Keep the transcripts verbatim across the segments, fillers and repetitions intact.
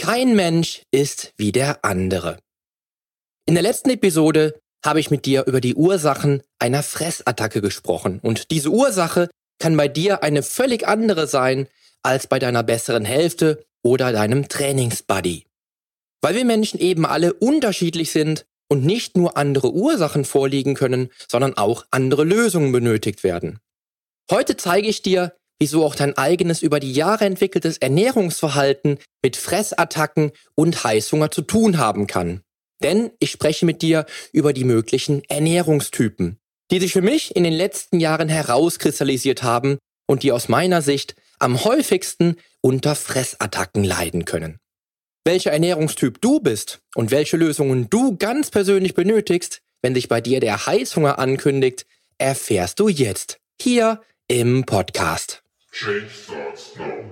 Kein Mensch ist wie der andere. In der letzten Episode habe ich mit dir über die Ursachen einer Fressattacke gesprochen. Und diese Ursache kann bei dir eine völlig andere sein als bei deiner besseren Hälfte oder deinem Trainingsbuddy. Weil wir Menschen eben alle unterschiedlich sind und nicht nur andere Ursachen vorliegen können, sondern auch andere Lösungen benötigt werden. Heute zeige ich dir, wieso auch dein eigenes über die Jahre entwickeltes Ernährungsverhalten mit Fressattacken und Heißhunger zu tun haben kann. Denn ich spreche mit dir über die möglichen Ernährungstypen, die sich für mich in den letzten Jahren herauskristallisiert haben und die aus meiner Sicht am häufigsten unter Fressattacken leiden können. Welcher Ernährungstyp du bist und welche Lösungen du ganz persönlich benötigst, wenn sich bei dir der Heißhunger ankündigt, erfährst du jetzt hier im Podcast. Change starts now.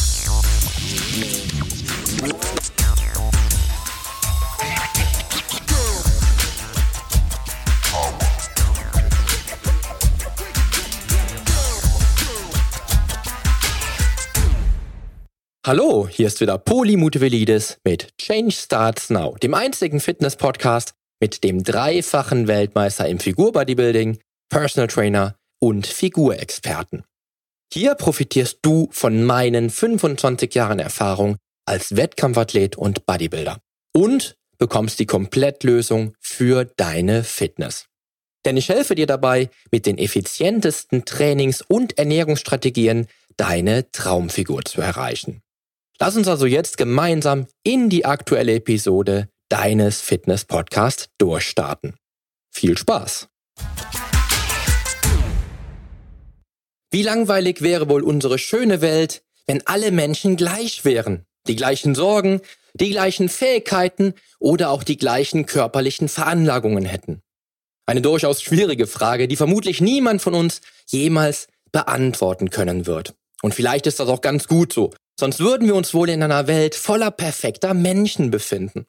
Hallo, hier ist wieder Poli Mutevelidis mit Change Starts Now, dem einzigen Fitness-Podcast mit dem dreifachen Weltmeister im Figur-Bodybuilding, Personal Trainer und Figurexperten. Hier profitierst du von meinen fünfundzwanzig Jahren Erfahrung als Wettkampfathlet und Bodybuilder und bekommst die Komplettlösung für deine Fitness. Denn ich helfe dir dabei, mit den effizientesten Trainings- und Ernährungsstrategien deine Traumfigur zu erreichen. Lass uns also jetzt gemeinsam in die aktuelle Episode deines Fitness-Podcasts durchstarten. Viel Spaß! Wie langweilig wäre wohl unsere schöne Welt, wenn alle Menschen gleich wären, die gleichen Sorgen, die gleichen Fähigkeiten oder auch die gleichen körperlichen Veranlagungen hätten? Eine durchaus schwierige Frage, die vermutlich niemand von uns jemals beantworten können wird. Und vielleicht ist das auch ganz gut so, sonst würden wir uns wohl in einer Welt voller perfekter Menschen befinden.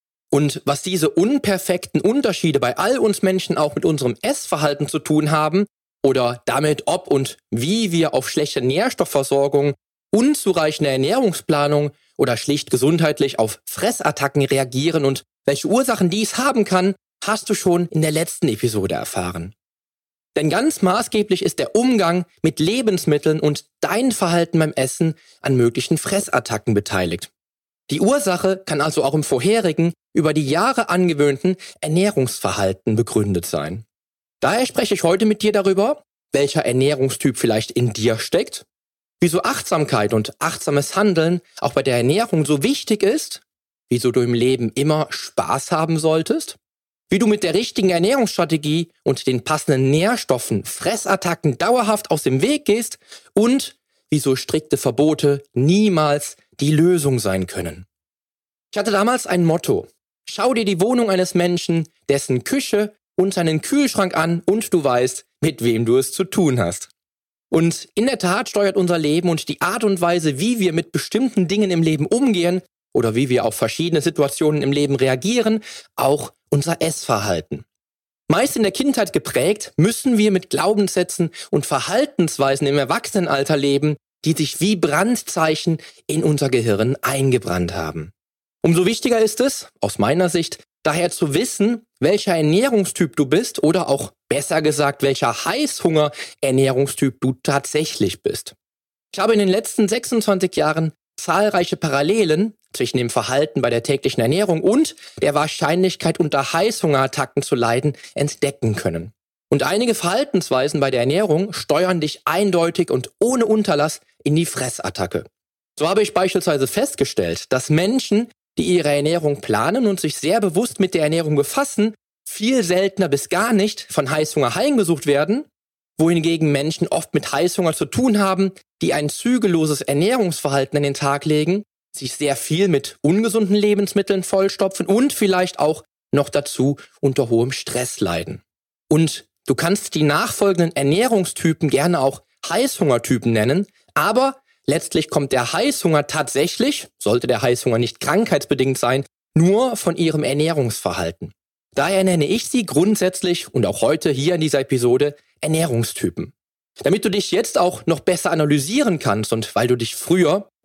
Und was diese unperfekten Unterschiede bei all uns Menschen auch mit unserem Essverhalten zu tun haben, oder damit, ob und wie wir auf schlechte Nährstoffversorgung, unzureichende Ernährungsplanung oder schlicht gesundheitlich auf Fressattacken reagieren und welche Ursachen dies haben kann, hast du schon in der letzten Episode erfahren. Denn ganz maßgeblich ist der Umgang mit Lebensmitteln und dein Verhalten beim Essen an möglichen Fressattacken beteiligt. Die Ursache kann also auch im vorherigen, über die Jahre angewöhnten Ernährungsverhalten begründet sein. Daher spreche ich heute mit dir darüber, welcher Ernährungstyp vielleicht in dir steckt, wieso Achtsamkeit und achtsames Handeln auch bei der Ernährung so wichtig ist, wieso du im Leben immer Spaß haben solltest, wie du mit der richtigen Ernährungsstrategie und den passenden Nährstoffen Fressattacken dauerhaft aus dem Weg gehst und wieso strikte Verbote niemals die Lösung sein können. Ich hatte damals ein Motto: Schau dir die Wohnung eines Menschen, dessen Küche und seinen Kühlschrank an und du weißt, mit wem du es zu tun hast. Und in der Tat steuert unser Leben und die Art und Weise, wie wir mit bestimmten Dingen im Leben umgehen oder wie wir auf verschiedene Situationen im Leben reagieren, auch unser Essverhalten. Meist in der Kindheit geprägt, müssen wir mit Glaubenssätzen und Verhaltensweisen im Erwachsenenalter leben, die sich wie Brandzeichen in unser Gehirn eingebrannt haben. Umso wichtiger ist es, aus meiner Sicht, daher zu wissen, welcher Ernährungstyp du bist oder auch besser gesagt, welcher Heißhunger-Ernährungstyp du tatsächlich bist. Ich habe in den letzten sechsundzwanzig Jahren zahlreiche Parallelen zwischen dem Verhalten bei der täglichen Ernährung und der Wahrscheinlichkeit, unter Heißhungerattacken zu leiden, entdecken können. Und einige Verhaltensweisen bei der Ernährung steuern dich eindeutig und ohne Unterlass in die Fressattacke. So habe ich beispielsweise festgestellt, dass Menschen, die ihre Ernährung planen und sich sehr bewusst mit der Ernährung befassen, viel seltener bis gar nicht von Heißhunger heimgesucht werden, wohingegen Menschen oft mit Heißhunger zu tun haben, die ein zügelloses Ernährungsverhalten an den Tag legen, sich sehr viel mit ungesunden Lebensmitteln vollstopfen und vielleicht auch noch dazu unter hohem Stress leiden. Und du kannst die nachfolgenden Ernährungstypen gerne auch Heißhungertypen nennen, aber letztlich kommt der Heißhunger tatsächlich, sollte der Heißhunger nicht krankheitsbedingt sein, nur von ihrem Ernährungsverhalten. Daher nenne ich sie grundsätzlich und auch heute hier in dieser Episode Ernährungstypen. Damit du dich jetzt auch noch besser analysieren kannst und weil du dich früher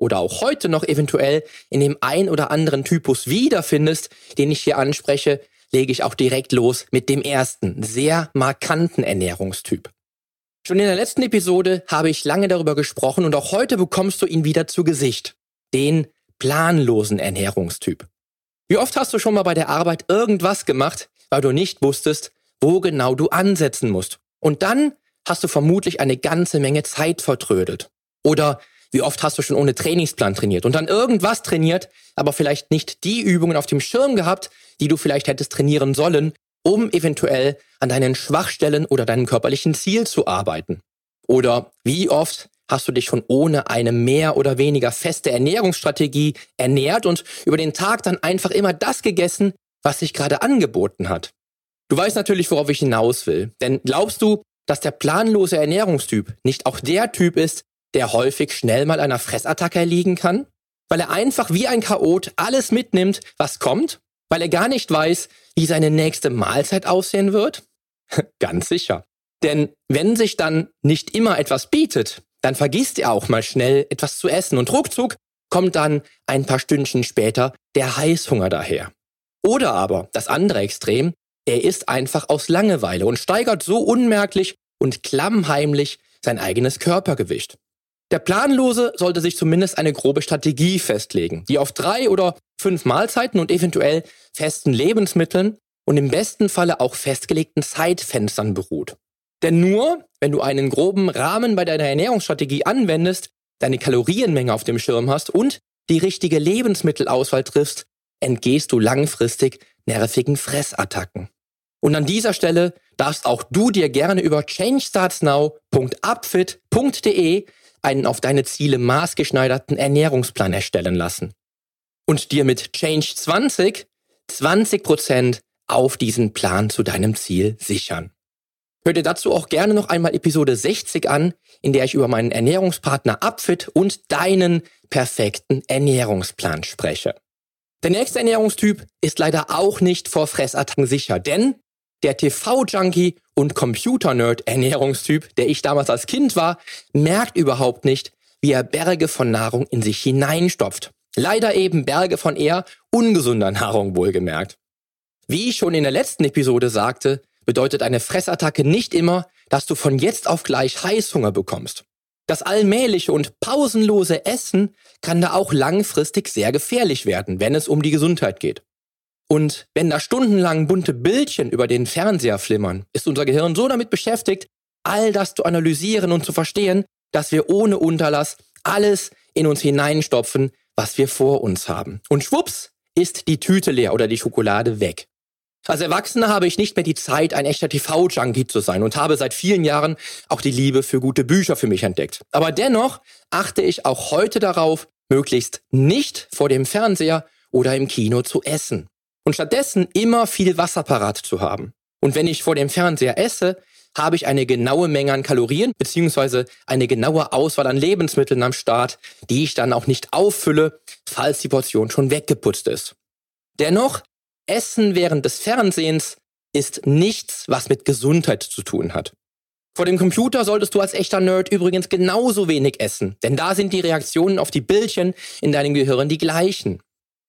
oder auch heute noch eventuell in dem ein oder anderen Typus wiederfindest, den ich hier anspreche, lege ich auch direkt los mit dem ersten, sehr markanten Ernährungstyp. Schon in der letzten Episode habe ich lange darüber gesprochen und auch heute bekommst du ihn wieder zu Gesicht. Den planlosen Ernährungstyp. Wie oft hast du schon mal bei der Arbeit irgendwas gemacht, weil du nicht wusstest, wo genau du ansetzen musst? Und dann hast du vermutlich eine ganze Menge Zeit vertrödelt. Oder wie oft hast du schon ohne Trainingsplan trainiert und dann irgendwas trainiert, aber vielleicht nicht die Übungen auf dem Schirm gehabt, die du vielleicht hättest trainieren sollen, um eventuell an deinen Schwachstellen oder deinem körperlichen Ziel zu arbeiten. Oder wie oft hast du dich schon ohne eine mehr oder weniger feste Ernährungsstrategie ernährt und über den Tag dann einfach immer das gegessen, was sich gerade angeboten hat. Du weißt natürlich, worauf ich hinaus will. Denn glaubst du, dass der planlose Ernährungstyp nicht auch der Typ ist, der häufig schnell mal einer Fressattacke erliegen kann? Weil er einfach wie ein Chaot alles mitnimmt, was kommt? Weil er gar nicht weiß, wie seine nächste Mahlzeit aussehen wird? Ganz sicher. Denn wenn sich dann nicht immer etwas bietet, dann vergisst er auch mal schnell etwas zu essen und ruckzuck kommt dann ein paar Stündchen später der Heißhunger daher. Oder aber das andere Extrem, er isst einfach aus Langeweile und steigert so unmerklich und klammheimlich sein eigenes Körpergewicht. Der Planlose sollte sich zumindest eine grobe Strategie festlegen, die auf drei oder fünf Mahlzeiten und eventuell festen Lebensmitteln und im besten Falle auch festgelegten Zeitfenstern beruht. Denn nur, wenn du einen groben Rahmen bei deiner Ernährungsstrategie anwendest, deine Kalorienmenge auf dem Schirm hast und die richtige Lebensmittelauswahl triffst, entgehst du langfristig nervigen Fressattacken. Und an dieser Stelle darfst auch du dir gerne über change starts now punkt upfit punkt de einen auf deine Ziele maßgeschneiderten Ernährungsplan erstellen lassen. Und dir mit Change zwanzig zwanzig Prozent auf diesen Plan zu deinem Ziel sichern. Hör dir dazu auch gerne noch einmal Episode sechzig an, in der ich über meinen Ernährungspartner Upfit und deinen perfekten Ernährungsplan spreche. Der nächste Ernährungstyp ist leider auch nicht vor Fressattacken sicher, denn der T V-Junkie und Computer-Nerd-Ernährungstyp, der ich damals als Kind war, merkt überhaupt nicht, wie er Berge von Nahrung in sich hineinstopft. Leider eben Berge von eher ungesunder Nahrung wohlgemerkt. Wie ich schon in der letzten Episode sagte, bedeutet eine Fressattacke nicht immer, dass du von jetzt auf gleich Heißhunger bekommst. Das allmähliche und pausenlose Essen kann da auch langfristig sehr gefährlich werden, wenn es um die Gesundheit geht. Und wenn da stundenlang bunte Bildchen über den Fernseher flimmern, ist unser Gehirn so damit beschäftigt, all das zu analysieren und zu verstehen, dass wir ohne Unterlass alles in uns hineinstopfen, was wir vor uns haben. Und schwupps ist die Tüte leer oder die Schokolade weg. Als Erwachsener habe ich nicht mehr die Zeit, ein echter T V-Junkie zu sein und habe seit vielen Jahren auch die Liebe für gute Bücher für mich entdeckt. Aber dennoch achte ich auch heute darauf, möglichst nicht vor dem Fernseher oder im Kino zu essen. Und stattdessen immer viel Wasser parat zu haben. Und wenn ich vor dem Fernseher esse, habe ich eine genaue Menge an Kalorien bzw. eine genaue Auswahl an Lebensmitteln am Start, die ich dann auch nicht auffülle, falls die Portion schon weggeputzt ist. Dennoch, Essen während des Fernsehens ist nichts, was mit Gesundheit zu tun hat. Vor dem Computer solltest du als echter Nerd übrigens genauso wenig essen, denn da sind die Reaktionen auf die Bildchen in deinem Gehirn die gleichen.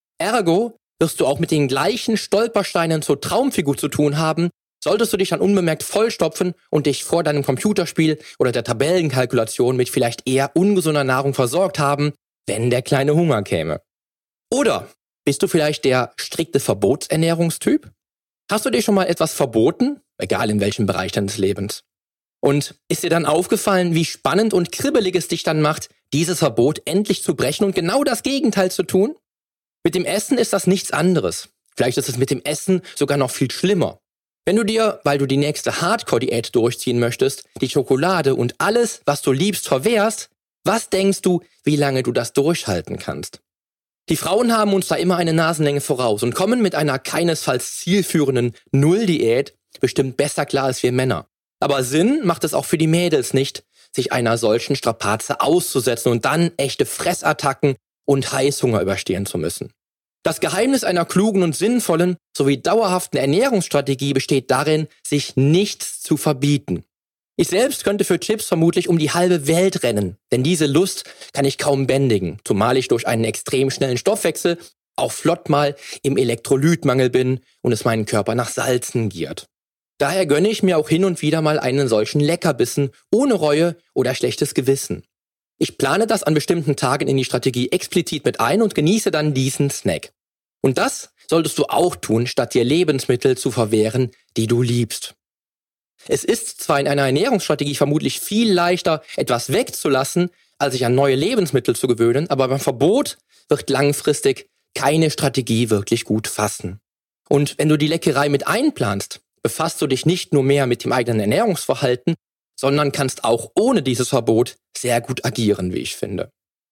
Ergo wirst du auch mit den gleichen Stolpersteinen zur Traumfigur zu tun haben, solltest du dich dann unbemerkt vollstopfen und dich vor deinem Computerspiel oder der Tabellenkalkulation mit vielleicht eher ungesunder Nahrung versorgt haben, wenn der kleine Hunger käme. Oder bist du vielleicht der strikte Verbotsernährungstyp? Hast du dir schon mal etwas verboten, egal in welchem Bereich deines Lebens? Und ist dir dann aufgefallen, wie spannend und kribbelig es dich dann macht, dieses Verbot endlich zu brechen und genau das Gegenteil zu tun? Mit dem Essen ist das nichts anderes. Vielleicht ist es mit dem Essen sogar noch viel schlimmer. Wenn du dir, weil du die nächste Hardcore-Diät durchziehen möchtest, die Schokolade und alles, was du liebst, verwehrst, was denkst du, wie lange du das durchhalten kannst? Die Frauen haben uns da immer eine Nasenlänge voraus und kommen mit einer keinesfalls zielführenden Null-Diät bestimmt besser klar als wir Männer. Aber Sinn macht es auch für die Mädels nicht, sich einer solchen Strapaze auszusetzen und dann echte Fressattacken und Heißhunger überstehen zu müssen. Das Geheimnis einer klugen und sinnvollen sowie dauerhaften Ernährungsstrategie besteht darin, sich nichts zu verbieten. Ich selbst könnte für Chips vermutlich um die halbe Welt rennen, denn diese Lust kann ich kaum bändigen, zumal ich durch einen extrem schnellen Stoffwechsel auch flott mal im Elektrolytmangel bin und es meinen Körper nach Salzen giert. Daher gönne ich mir auch hin und wieder mal einen solchen Leckerbissen ohne Reue oder schlechtes Gewissen. Ich plane das an bestimmten Tagen in die Strategie explizit mit ein und genieße dann diesen Snack. Und das solltest du auch tun, statt dir Lebensmittel zu verwehren, die du liebst. Es ist zwar in einer Ernährungsstrategie vermutlich viel leichter, etwas wegzulassen, als sich an neue Lebensmittel zu gewöhnen, aber beim Verbot wird langfristig keine Strategie wirklich gut fassen. Und wenn du die Leckerei mit einplanst, befasst du dich nicht nur mehr mit dem eigenen Ernährungsverhalten, sondern kannst auch ohne dieses Verbot sehr gut agieren, wie ich finde.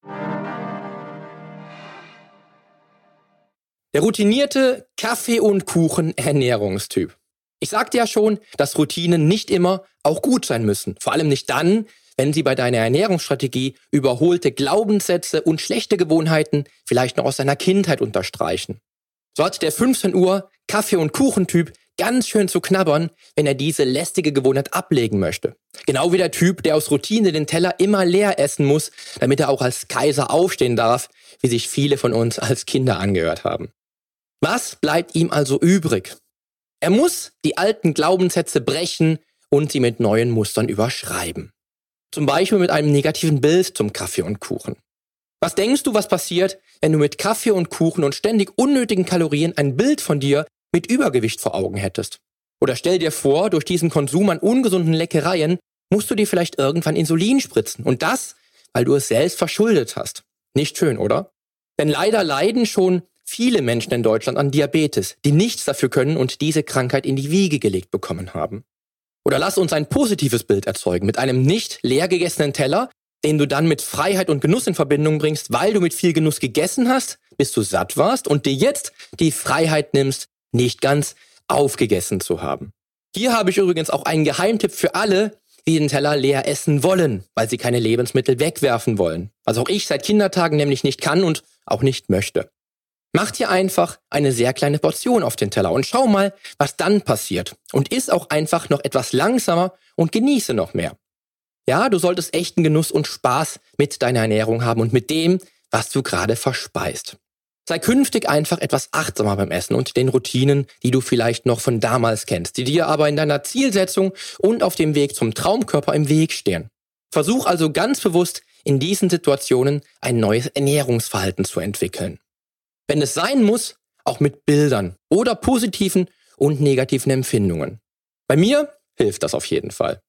Der routinierte Kaffee- und Kuchen-Ernährungstyp. Ich sagte ja schon, dass Routinen nicht immer auch gut sein müssen. Vor allem nicht dann, wenn sie bei deiner Ernährungsstrategie überholte Glaubenssätze und schlechte Gewohnheiten vielleicht noch aus deiner Kindheit unterstreichen. So hat der fünfzehn Uhr Kaffee- und Kuchentyp ganz schön zu knabbern, wenn er diese lästige Gewohnheit ablegen möchte. Genau wie der Typ, der aus Routine den Teller immer leer essen muss, damit er auch als Kaiser aufstehen darf, wie sich viele von uns als Kinder angehört haben. Was bleibt ihm also übrig? Er muss die alten Glaubenssätze brechen und sie mit neuen Mustern überschreiben. Zum Beispiel mit einem negativen Bild zum Kaffee und Kuchen. Was denkst du, was passiert, wenn du mit Kaffee und Kuchen und ständig unnötigen Kalorien ein Bild von dir mit Übergewicht vor Augen hättest? Oder stell dir vor, durch diesen Konsum an ungesunden Leckereien musst du dir vielleicht irgendwann Insulin spritzen. Und das, weil du es selbst verschuldet hast. Nicht schön, oder? Denn leider leiden schon viele Menschen in Deutschland an Diabetes, die nichts dafür können und diese Krankheit in die Wiege gelegt bekommen haben. Oder lass uns ein positives Bild erzeugen mit einem nicht leer gegessenen Teller, den du dann mit Freiheit und Genuss in Verbindung bringst, weil du mit viel Genuss gegessen hast, bis du satt warst und dir jetzt die Freiheit nimmst, nicht ganz aufgegessen zu haben. Hier habe ich übrigens auch einen Geheimtipp für alle, die den Teller leer essen wollen, weil sie keine Lebensmittel wegwerfen wollen. Was auch ich seit Kindertagen nämlich nicht kann und auch nicht möchte. Mach dir einfach eine sehr kleine Portion auf den Teller und schau mal, was dann passiert. Und iss auch einfach noch etwas langsamer und genieße noch mehr. Ja, du solltest echten Genuss und Spaß mit deiner Ernährung haben und mit dem, was du gerade verspeist. Sei künftig einfach etwas achtsamer beim Essen und den Routinen, die du vielleicht noch von damals kennst, die dir aber in deiner Zielsetzung und auf dem Weg zum Traumkörper im Weg stehen. Versuch also ganz bewusst in diesen Situationen ein neues Ernährungsverhalten zu entwickeln. Wenn es sein muss, auch mit Bildern oder positiven und negativen Empfindungen. Bei mir hilft das auf jeden Fall.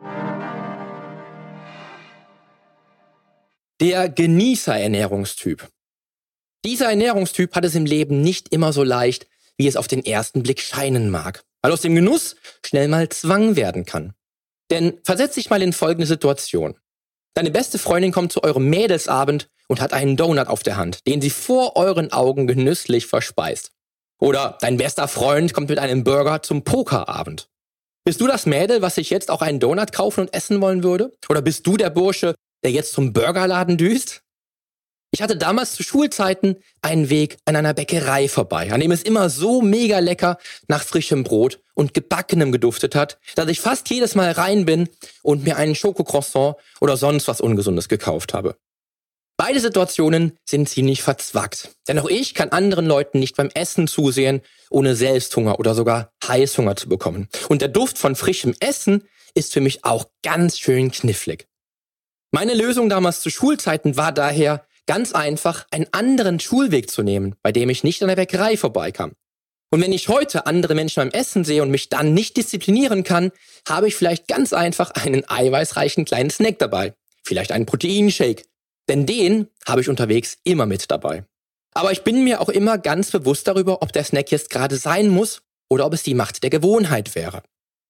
Der Genießer-Ernährungstyp. Dieser Ernährungstyp hat es im Leben nicht immer so leicht, wie es auf den ersten Blick scheinen mag, weil aus dem Genuss schnell mal Zwang werden kann. Denn versetz dich mal in folgende Situation. Deine beste Freundin kommt zu eurem Mädelsabend und hat einen Donut auf der Hand, den sie vor euren Augen genüsslich verspeist. Oder dein bester Freund kommt mit einem Burger zum Pokerabend. Bist du das Mädel, was sich jetzt auch einen Donut kaufen und essen wollen würde? Oder bist du der Bursche, der jetzt zum Burgerladen düst? Ich hatte damals zu Schulzeiten einen Weg an einer Bäckerei vorbei, an dem es immer so mega lecker nach frischem Brot und Gebackenem geduftet hat, dass ich fast jedes Mal rein bin und mir einen Schokocroissant oder sonst was Ungesundes gekauft habe. Beide Situationen sind ziemlich verzwackt, denn auch ich kann anderen Leuten nicht beim Essen zusehen, ohne selbst Hunger oder sogar Heißhunger zu bekommen. Und der Duft von frischem Essen ist für mich auch ganz schön knifflig. Meine Lösung damals zu Schulzeiten war daher, ganz einfach einen anderen Schulweg zu nehmen, bei dem ich nicht an der Bäckerei vorbeikam. Und wenn ich heute andere Menschen beim Essen sehe und mich dann nicht disziplinieren kann, habe ich vielleicht ganz einfach einen eiweißreichen kleinen Snack dabei. Vielleicht einen Proteinshake. Denn den habe ich unterwegs immer mit dabei. Aber ich bin mir auch immer ganz bewusst darüber, ob der Snack jetzt gerade sein muss oder ob es die Macht der Gewohnheit wäre.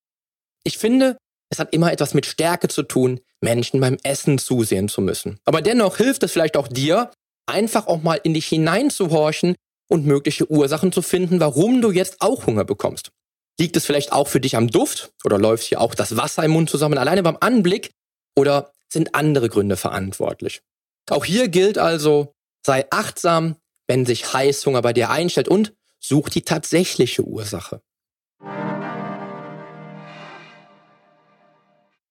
Ich finde, es hat immer etwas mit Stärke zu tun, Menschen beim Essen zusehen zu müssen. Aber dennoch hilft es vielleicht auch dir, einfach auch mal in dich hineinzuhorchen und mögliche Ursachen zu finden, warum du jetzt auch Hunger bekommst. Liegt es vielleicht auch für dich am Duft oder läuft hier auch das Wasser im Mund zusammen alleine beim Anblick oder sind andere Gründe verantwortlich? Auch hier gilt also, sei achtsam, wenn sich Heißhunger bei dir einstellt und such die tatsächliche Ursache.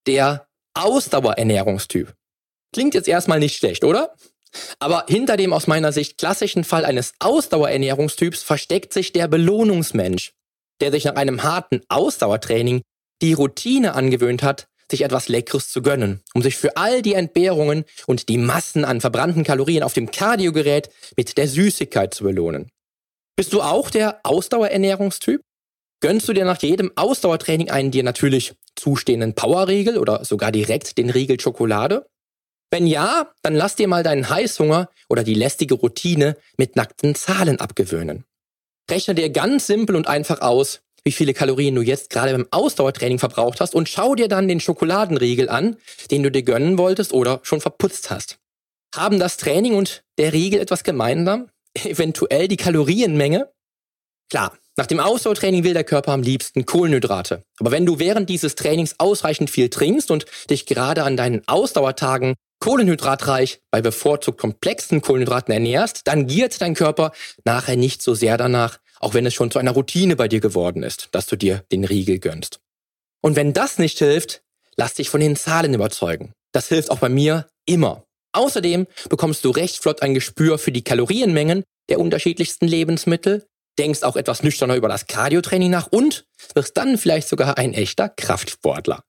der Ausdauerernährungstyp. Klingt jetzt erstmal nicht schlecht, oder? Aber hinter dem aus meiner Sicht klassischen Fall eines Ausdauerernährungstyps versteckt sich der Belohnungsmensch, der sich nach einem harten Ausdauertraining die Routine angewöhnt hat, sich etwas Leckeres zu gönnen, um sich für all die Entbehrungen und die Massen an verbrannten Kalorien auf dem Kardiogerät mit der Süßigkeit zu belohnen. Bist du auch der Ausdauerernährungstyp? Gönnst du dir nach jedem Ausdauertraining einen dir natürlich zustehenden Powerriegel oder sogar direkt den Riegel Schokolade? Wenn ja, dann lass dir mal deinen Heißhunger oder die lästige Routine mit nackten Zahlen abgewöhnen. Rechne dir ganz simpel und einfach aus, wie viele Kalorien du jetzt gerade beim Ausdauertraining verbraucht hast und schau dir dann den Schokoladenriegel an, den du dir gönnen wolltest oder schon verputzt hast. Haben das Training und der Riegel etwas gemeinsam? Eventuell die Kalorienmenge? Klar, nach dem Ausdauertraining will der Körper am liebsten Kohlenhydrate. Aber wenn du während dieses Trainings ausreichend viel trinkst und dich gerade an deinen Ausdauertagen kohlenhydratreich bei bevorzugt komplexen Kohlenhydraten ernährst, dann giert dein Körper nachher nicht so sehr danach, auch wenn es schon zu einer Routine bei dir geworden ist, dass du dir den Riegel gönnst. Und wenn das nicht hilft, lass dich von den Zahlen überzeugen. Das hilft auch bei mir immer. Außerdem bekommst du recht flott ein Gespür für die Kalorienmengen der unterschiedlichsten Lebensmittel, denkst auch etwas nüchterner über das Cardiotraining nach und wirst dann vielleicht sogar ein echter Kraftsportler.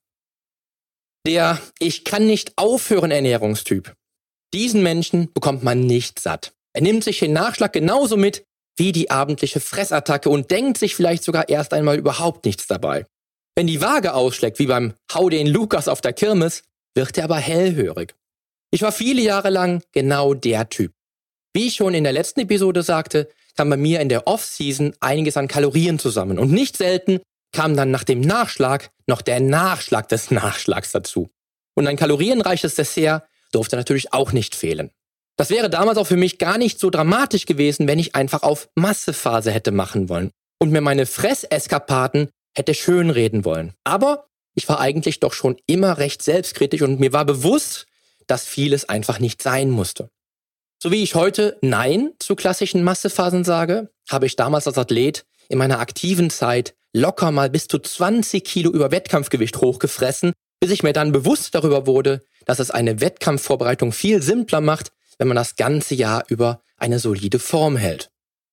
Der Ich kann nicht aufhören Ernährungstyp. Diesen Menschen bekommt man nicht satt. Er nimmt sich den Nachschlag genauso mit wie die abendliche Fressattacke und denkt sich vielleicht sogar erst einmal überhaupt nichts dabei. Wenn die Waage ausschlägt, wie beim Hau den Lukas auf der Kirmes, wird er aber hellhörig. Ich war viele Jahre lang genau der Typ. Wie ich schon in der letzten Episode sagte, kam bei mir in der Off-Season einiges an Kalorien zusammen und nicht selten kam dann nach dem Nachschlag noch der Nachschlag des Nachschlags dazu. Und ein kalorienreiches Dessert durfte natürlich auch nicht fehlen. Das wäre damals auch für mich gar nicht so dramatisch gewesen, wenn ich einfach auf Massephase hätte machen wollen und mir meine Fresseskapaden hätte schönreden wollen. Aber ich war eigentlich doch schon immer recht selbstkritisch und mir war bewusst, dass vieles einfach nicht sein musste. So wie ich heute Nein zu klassischen Massephasen sage, habe ich damals als Athlet in meiner aktiven Zeit locker mal bis zu zwanzig Kilo über Wettkampfgewicht hochgefressen, bis ich mir dann bewusst darüber wurde, dass es eine Wettkampfvorbereitung viel simpler macht, wenn man das ganze Jahr über eine solide Form hält.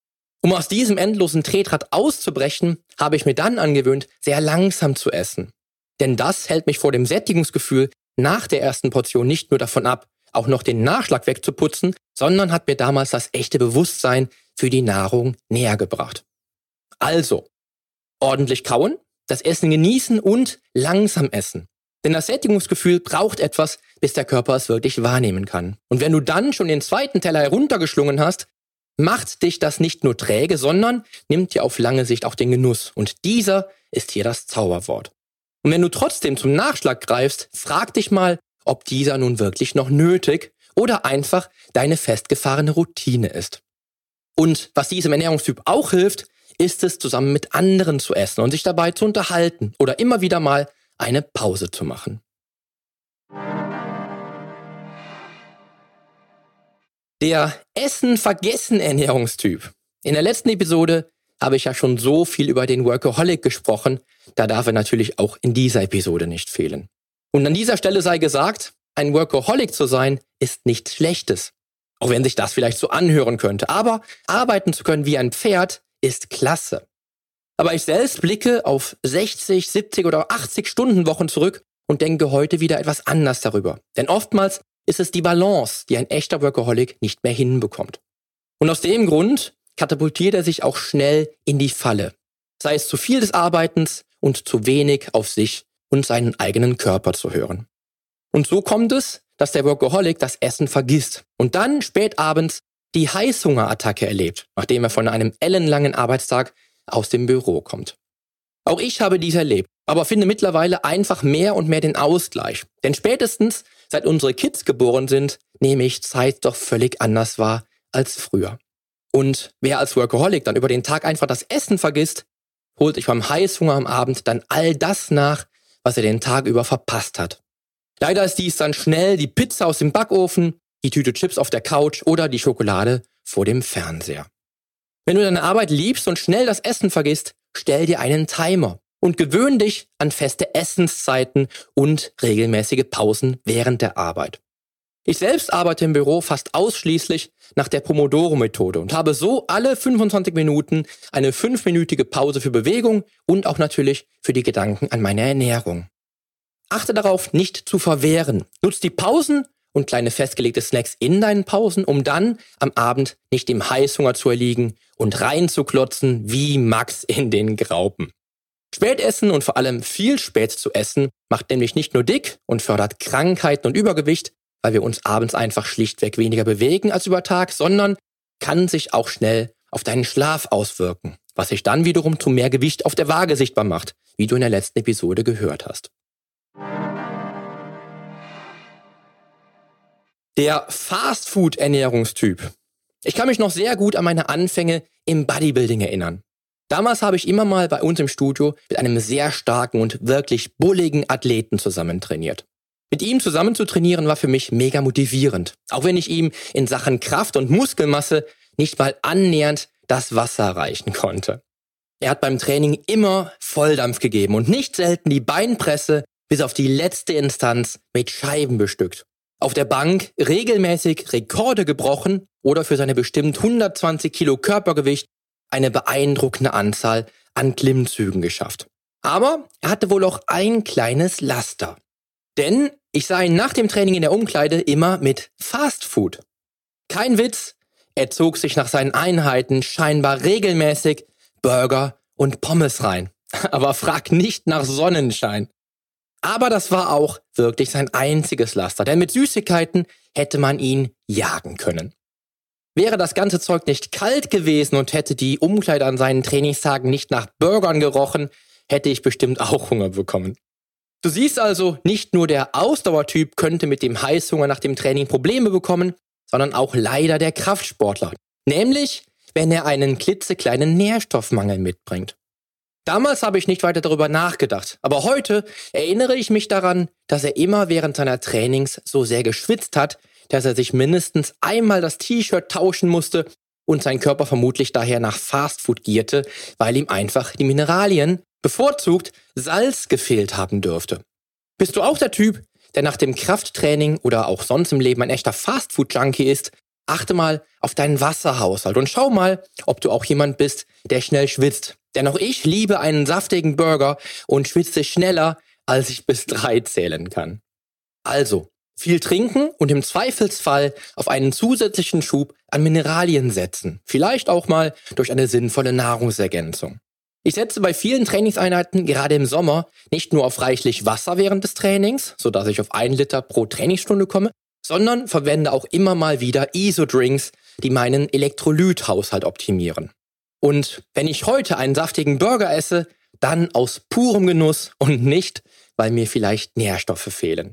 Um aus diesem endlosen Tretrad auszubrechen, habe ich mir dann angewöhnt, sehr langsam zu essen. Denn das hält mich vor dem Sättigungsgefühl nach der ersten Portion nicht nur davon ab, auch noch den Nachschlag wegzuputzen, sondern hat mir damals das echte Bewusstsein für die Nahrung näher gebracht. Also, ordentlich kauen, das Essen genießen und langsam essen. Denn das Sättigungsgefühl braucht etwas, bis der Körper es wirklich wahrnehmen kann. Und wenn du dann schon den zweiten Teller heruntergeschlungen hast, macht dich das nicht nur träge, sondern nimmt dir auf lange Sicht auch den Genuss. Und dieser ist hier das Zauberwort. Und wenn du trotzdem zum Nachschlag greifst, frag dich mal, ob dieser nun wirklich noch nötig oder einfach deine festgefahrene Routine ist. Und was diesem Ernährungstyp auch hilft, ist es, zusammen mit anderen zu essen und sich dabei zu unterhalten oder immer wieder mal eine Pause zu machen. Der Essen-Vergessen-Ernährungstyp. In der letzten Episode habe ich ja schon so viel über den Workaholic gesprochen, da darf er natürlich auch in dieser Episode nicht fehlen. Und an dieser Stelle sei gesagt, ein Workaholic zu sein, ist nichts Schlechtes. Auch wenn sich das vielleicht so anhören könnte. Aber arbeiten zu können wie ein Pferd ist klasse. Aber ich selbst blicke auf sechzig, siebzig oder achtzig Stunden Wochen zurück und denke heute wieder etwas anders darüber. Denn oftmals ist es die Balance, die ein echter Workaholic nicht mehr hinbekommt. Und aus dem Grund katapultiert er sich auch schnell in die Falle. Sei es zu viel des Arbeitens und zu wenig auf sich und seinen eigenen Körper zu hören. Und so kommt es, dass der Workaholic das Essen vergisst und dann spät abends die Heißhungerattacke erlebt, nachdem er von einem ellenlangen Arbeitstag aus dem Büro kommt. Auch ich habe dies erlebt, aber finde mittlerweile einfach mehr und mehr den Ausgleich. Denn spätestens, seit unsere Kids geboren sind, nehme ich Zeit doch völlig anders wahr als früher. Und wer als Workaholic dann über den Tag einfach das Essen vergisst, holt sich beim Heißhunger am Abend dann all das nach, was er den Tag über verpasst hat. Leider ist dies dann schnell die Pizza aus dem Backofen, die Tüte Chips auf der Couch oder die Schokolade vor dem Fernseher. Wenn du deine Arbeit liebst und schnell das Essen vergisst, stell dir einen Timer. Und gewöhn dich an feste Essenszeiten und regelmäßige Pausen während der Arbeit. Ich selbst arbeite im Büro fast ausschließlich nach der Pomodoro-Methode und habe so alle fünfundzwanzig Minuten eine fünfminütige Pause für Bewegung und auch natürlich für die Gedanken an meine Ernährung. Achte darauf, nicht zu verwehren. Nutz die Pausen und kleine festgelegte Snacks in deinen Pausen, um dann am Abend nicht dem Heißhunger zu erliegen und reinzuklotzen wie Max in den Graupen. Spätessen und vor allem viel spät zu essen macht nämlich nicht nur dick und fördert Krankheiten und Übergewicht, weil wir uns abends einfach schlichtweg weniger bewegen als über Tag, sondern kann sich auch schnell auf deinen Schlaf auswirken, was sich dann wiederum zu mehr Gewicht auf der Waage sichtbar macht, wie du in der letzten Episode gehört hast. Der Fastfood-Ernährungstyp. Ich kann mich noch sehr gut an meine Anfänge im Bodybuilding erinnern. Damals habe ich immer mal bei uns im Studio mit einem sehr starken und wirklich bulligen Athleten zusammen trainiert. Mit ihm zusammen zu trainieren war für mich mega motivierend, auch wenn ich ihm in Sachen Kraft und Muskelmasse nicht mal annähernd das Wasser reichen konnte. Er hat beim Training immer Volldampf gegeben und nicht selten die Beinpresse bis auf die letzte Instanz mit Scheiben bestückt. Auf der Bank regelmäßig Rekorde gebrochen oder für seine bestimmt hundertzwanzig Kilo Körpergewicht eine beeindruckende Anzahl an Klimmzügen geschafft. Aber er hatte wohl auch ein kleines Laster. Denn ich sah ihn nach dem Training in der Umkleide immer mit Fastfood. Kein Witz, er zog sich nach seinen Einheiten scheinbar regelmäßig Burger und Pommes rein. Aber frag nicht nach Sonnenschein. Aber das war auch wirklich sein einziges Laster, denn mit Süßigkeiten hätte man ihn jagen können. Wäre das ganze Zeug nicht kalt gewesen und hätte die Umkleide an seinen Trainingstagen nicht nach Burgern gerochen, hätte ich bestimmt auch Hunger bekommen. Du siehst also, nicht nur der Ausdauertyp könnte mit dem Heißhunger nach dem Training Probleme bekommen, sondern auch leider der Kraftsportler. Nämlich, wenn er einen klitzekleinen Nährstoffmangel mitbringt. Damals habe ich nicht weiter darüber nachgedacht, aber heute erinnere ich mich daran, dass er immer während seiner Trainings so sehr geschwitzt hat, dass er sich mindestens einmal das T-Shirt tauschen musste und sein Körper vermutlich daher nach Fastfood gierte, weil ihm einfach die Mineralien, bevorzugt Salz, gefehlt haben dürfte. Bist du auch der Typ, der nach dem Krafttraining oder auch sonst im Leben ein echter Fastfood-Junkie ist? Achte mal auf deinen Wasserhaushalt und schau mal, ob du auch jemand bist, der schnell schwitzt. Denn auch ich liebe einen saftigen Burger und schwitze schneller, als ich bis drei zählen kann. Also, viel trinken und im Zweifelsfall auf einen zusätzlichen Schub an Mineralien setzen. Vielleicht auch mal durch eine sinnvolle Nahrungsergänzung. Ich setze bei vielen Trainingseinheiten, gerade im Sommer, nicht nur auf reichlich Wasser während des Trainings, sodass ich auf einen Liter pro Trainingsstunde komme, sondern verwende auch immer mal wieder Isodrinks, die meinen Elektrolythaushalt optimieren. Und wenn ich heute einen saftigen Burger esse, dann aus purem Genuss und nicht, weil mir vielleicht Nährstoffe fehlen.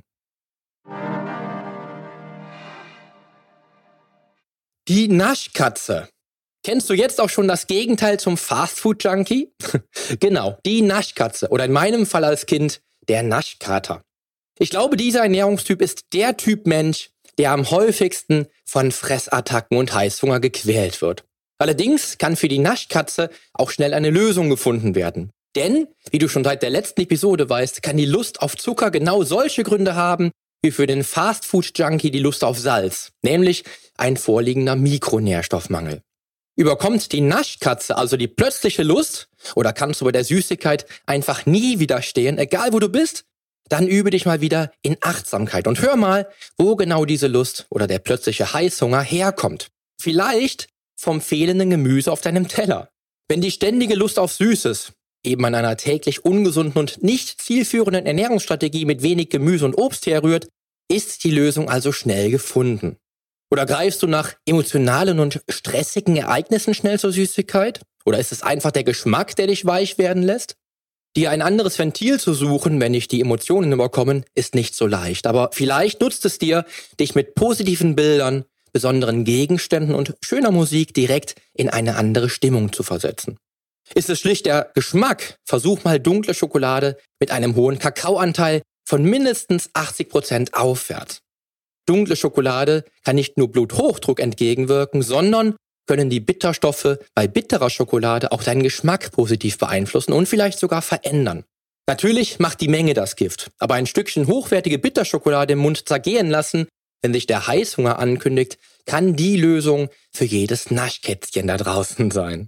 Die Naschkatze. Kennst du jetzt auch schon das Gegenteil zum Fastfood-Junkie? Genau, die Naschkatze oder in meinem Fall als Kind der Naschkater. Ich glaube, dieser Ernährungstyp ist der Typ Mensch, der am häufigsten von Fressattacken und Heißhunger gequält wird. Allerdings kann für die Naschkatze auch schnell eine Lösung gefunden werden. Denn, wie du schon seit der letzten Episode weißt, kann die Lust auf Zucker genau solche Gründe haben, wie für den Fastfood-Junkie die Lust auf Salz, nämlich ein vorliegender Mikronährstoffmangel. Überkommt die Naschkatze also die plötzliche Lust oder kannst du bei der Süßigkeit einfach nie widerstehen, egal wo du bist, dann übe dich mal wieder in Achtsamkeit und hör mal, wo genau diese Lust oder der plötzliche Heißhunger herkommt. Vielleicht vom fehlenden Gemüse auf deinem Teller. Wenn die ständige Lust auf Süßes eben an einer täglich ungesunden und nicht zielführenden Ernährungsstrategie mit wenig Gemüse und Obst herrührt, ist die Lösung also schnell gefunden. Oder greifst du nach emotionalen und stressigen Ereignissen schnell zur Süßigkeit? Oder ist es einfach der Geschmack, der dich weich werden lässt? Dir ein anderes Ventil zu suchen, wenn dich die Emotionen überkommen, ist nicht so leicht. Aber vielleicht nutzt es dir, dich mit positiven Bildern, besonderen Gegenständen und schöner Musik direkt in eine andere Stimmung zu versetzen. Ist es schlicht der Geschmack? Versuch mal dunkle Schokolade mit einem hohen Kakaoanteil von mindestens achtzig Prozent aufwärts. Dunkle Schokolade kann nicht nur Bluthochdruck entgegenwirken, sondern können die Bitterstoffe bei bitterer Schokolade auch deinen Geschmack positiv beeinflussen und vielleicht sogar verändern. Natürlich macht die Menge das Gift, aber ein Stückchen hochwertige Bitterschokolade im Mund zergehen lassen, wenn sich der Heißhunger ankündigt, kann die Lösung für jedes Naschkätzchen da draußen sein.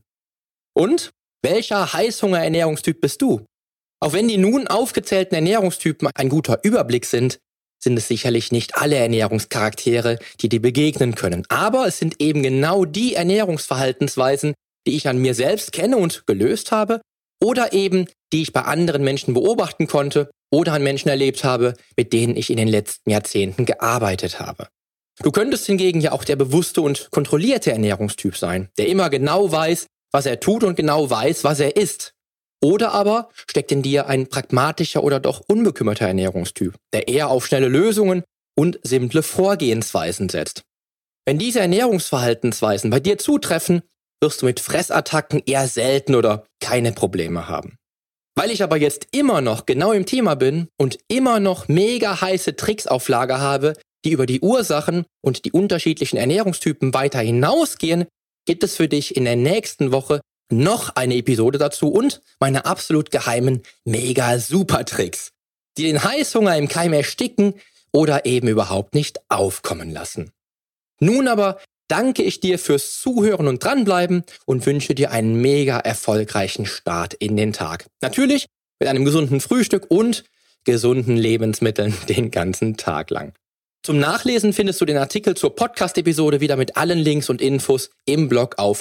Und welcher Heißhunger-Ernährungstyp bist du? Auch wenn die nun aufgezählten Ernährungstypen ein guter Überblick sind, sind es sicherlich nicht alle Ernährungscharaktere, die dir begegnen können. Aber es sind eben genau die Ernährungsverhaltensweisen, die ich an mir selbst kenne und gelöst habe oder eben die ich bei anderen Menschen beobachten konnte oder an Menschen erlebt habe, mit denen ich in den letzten Jahrzehnten gearbeitet habe. Du könntest hingegen ja auch der bewusste und kontrollierte Ernährungstyp sein, der immer genau weiß, was er tut und genau weiß, was er isst. Oder aber steckt in dir ein pragmatischer oder doch unbekümmerter Ernährungstyp, der eher auf schnelle Lösungen und simple Vorgehensweisen setzt. Wenn diese Ernährungsverhaltensweisen bei dir zutreffen, wirst du mit Fressattacken eher selten oder keine Probleme haben. Weil ich aber jetzt immer noch genau im Thema bin und immer noch mega heiße Tricks auf Lager habe, die über die Ursachen und die unterschiedlichen Ernährungstypen weiter hinausgehen, gibt es für dich in der nächsten Woche noch eine Episode dazu und meine absolut geheimen Mega-Super-Tricks, die den Heißhunger im Keim ersticken oder eben überhaupt nicht aufkommen lassen. Nun aber danke ich dir fürs Zuhören und Dranbleiben und wünsche dir einen mega erfolgreichen Start in den Tag. Natürlich mit einem gesunden Frühstück und gesunden Lebensmitteln den ganzen Tag lang. Zum Nachlesen findest du den Artikel zur Podcast-Episode wieder mit allen Links und Infos im Blog auf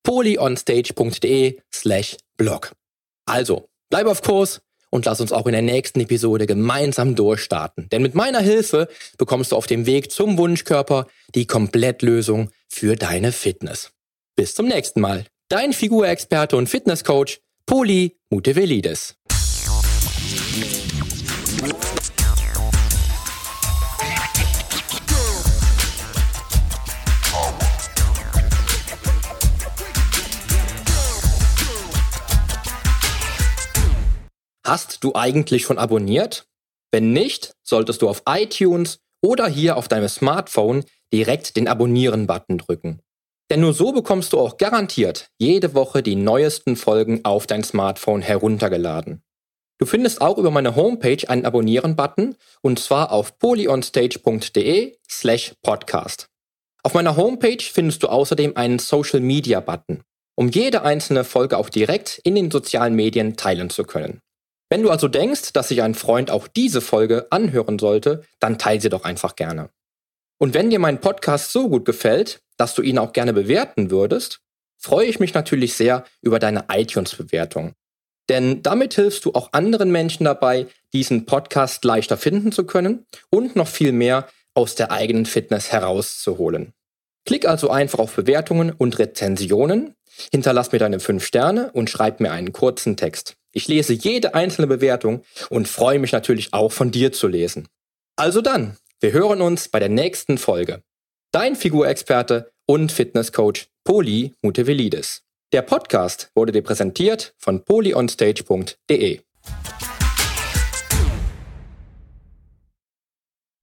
polyonstage.de slash blog. Also, bleib auf Kurs und lass uns auch in der nächsten Episode gemeinsam durchstarten. Denn mit meiner Hilfe bekommst du auf dem Weg zum Wunschkörper die Komplettlösung für deine Fitness. Bis zum nächsten Mal. Dein Figurexperte und Fitnesscoach Poli Mutevelidis. Hast du eigentlich schon abonniert? Wenn nicht, solltest du auf iTunes oder hier auf deinem Smartphone direkt den Abonnieren-Button drücken. Denn nur so bekommst du auch garantiert jede Woche die neuesten Folgen auf dein Smartphone heruntergeladen. Du findest auch über meine Homepage einen Abonnieren-Button und zwar auf polyonstage.de slash podcast. Auf meiner Homepage findest du außerdem einen Social-Media-Button, um jede einzelne Folge auch direkt in den sozialen Medien teilen zu können. Wenn du also denkst, dass sich ein Freund auch diese Folge anhören sollte, dann teile sie doch einfach gerne. Und wenn dir mein Podcast so gut gefällt, dass du ihn auch gerne bewerten würdest, freue ich mich natürlich sehr über deine iTunes-Bewertung. Denn damit hilfst du auch anderen Menschen dabei, diesen Podcast leichter finden zu können und noch viel mehr aus der eigenen Fitness herauszuholen. Klick also einfach auf Bewertungen und Rezensionen, hinterlass mir deine fünf Sterne und schreib mir einen kurzen Text. Ich lese jede einzelne Bewertung und freue mich natürlich auch von dir zu lesen. Also dann, wir hören uns bei der nächsten Folge. Dein Figurexperte und Fitnesscoach Poli Mutevelidis. Der Podcast wurde dir präsentiert von polyonstage punkt de.